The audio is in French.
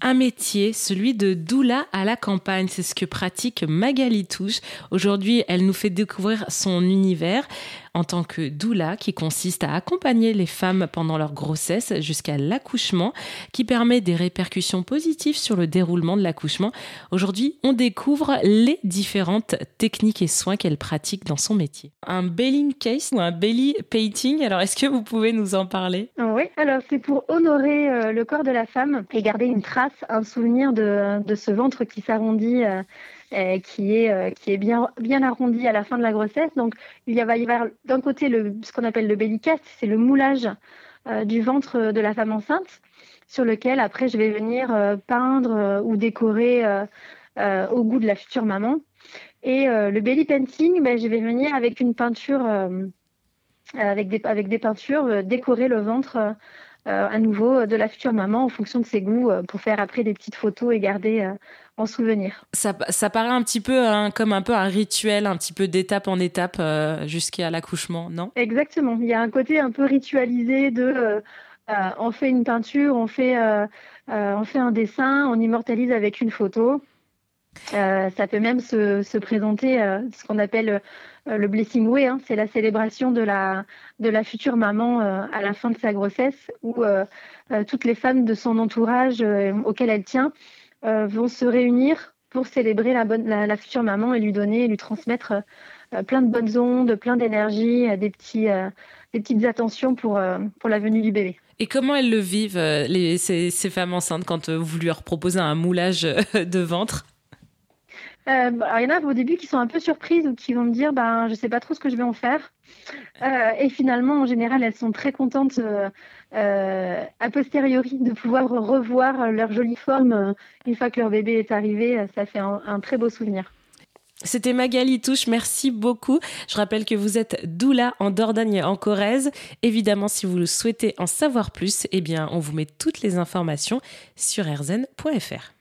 un métier, celui de doula à la campagne. C'est ce que pratique Magali Touche. Aujourd'hui, elle nous fait découvrir son univers en tant que doula, qui consiste à accompagner les femmes pendant leur grossesse jusqu'à l'accouchement, qui permet des répercussions positives sur le déroulement de l'accouchement. Aujourd'hui, on découvre les différentes techniques et soins qu'elle pratique dans son métier. Un belly case ou un belly painting, alors est-ce que vous pouvez nous en parler ? Oui, alors c'est pour honorer le corps de la femme et garder une trace, un souvenir de ce ventre qui s'arrondit, qui est bien arrondi à la fin de la grossesse. Donc va y avoir d'un côté ce qu'on appelle le belly cast, c'est le moulage du ventre de la femme enceinte, sur lequel après je vais venir peindre ou décorer au goût de la future maman. Et le belly painting, je vais venir avec une peinture, avec des peintures, décorer le ventre à nouveau de la future maman en fonction de ses goûts pour faire après des petites photos et garder en souvenir. Ça paraît un petit peu comme un rituel, un petit peu d'étape en étape jusqu'à l'accouchement, non ? Exactement. Il y a un côté un peu ritualisé de on fait une peinture, on fait un dessin, on immortalise avec une photo. Ça peut même se présenter ce qu'on appelle le blessing way, hein. C'est la célébration de la future maman à la fin de sa grossesse, où toutes les femmes de son entourage auquel elle tient vont se réunir pour célébrer la future maman et lui transmettre plein de bonnes ondes, plein d'énergie, des petites attentions pour la venue du bébé. Et comment elles le vivent, ces femmes enceintes, quand vous leur proposez un moulage de ventre ? Alors il y en a au début qui sont un peu surprises ou qui vont me dire je sais pas trop ce que je vais en faire. Et finalement, en général, elles sont très contentes a posteriori de pouvoir revoir leur jolie forme une fois que leur bébé est arrivé. Ça fait un très beau souvenir. C'était Magali Touche, merci beaucoup. Je rappelle que vous êtes doula en Dordogne et en Corrèze. Évidemment, si vous souhaitez en savoir plus, on vous met toutes les informations sur rzn.fr.